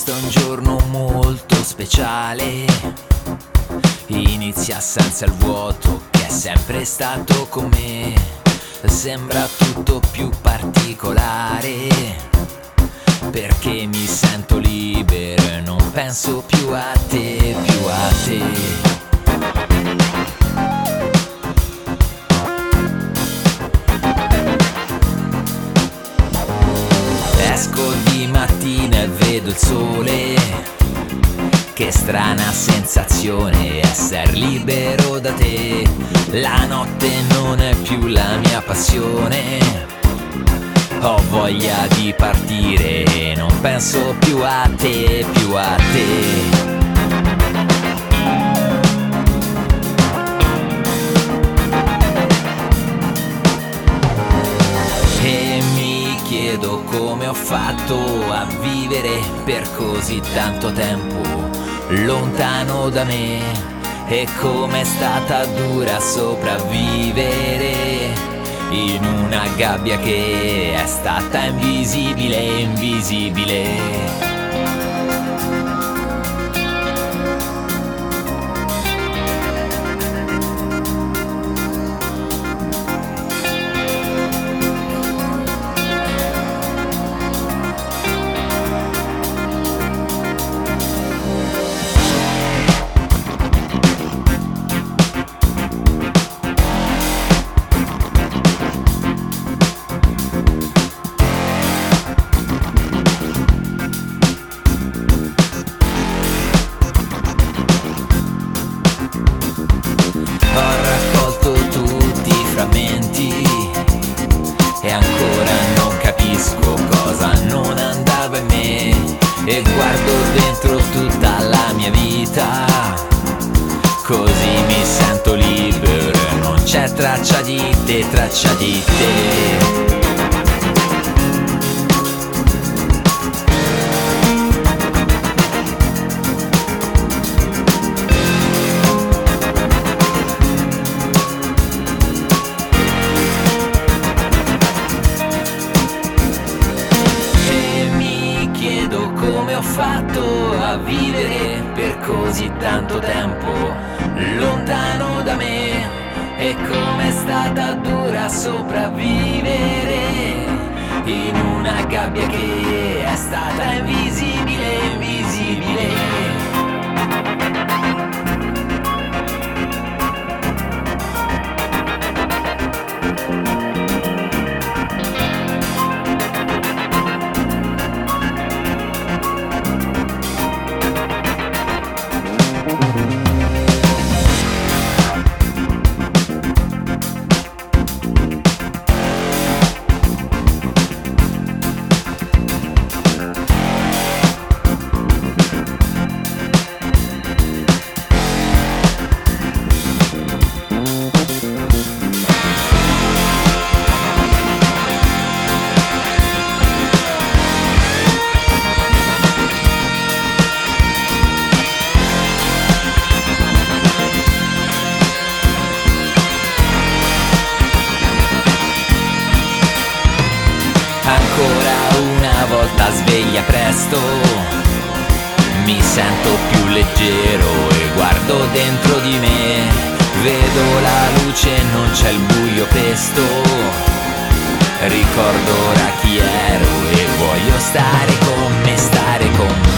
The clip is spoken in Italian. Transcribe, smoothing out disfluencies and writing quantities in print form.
questo è un giorno molto speciale. Inizia senza il vuoto che è sempre stato con me. Sembra tutto più particolare, perché mi sento libero e non penso più a te, più a te. Esco di mattina e vedo il sole, che strana sensazione essere libero da te. La notte non è più la mia passione, ho voglia di partire e non penso più a te, più a te. Chiedo come ho fatto a vivere per così tanto tempo lontano da me, e com'è stata dura sopravvivere in una gabbia che è stata invisibile, invisibile. Ho raccolto tutti i frammenti e ancora non capisco cosa non andava in me, e guardo dentro tutta la mia vita, così mi sento libero e non c'è traccia di te, traccia di te. Come ho fatto a vivere per così tanto tempo lontano da me, e com'è stata dura sopravvivere in una gabbia che è stata invisibile, invisibile. Ancora una volta sveglia presto, mi sento più leggero e guardo dentro di me, vedo la luce e non c'è il buio pesto, ricordo ora chi ero e voglio stare con me, stare con me.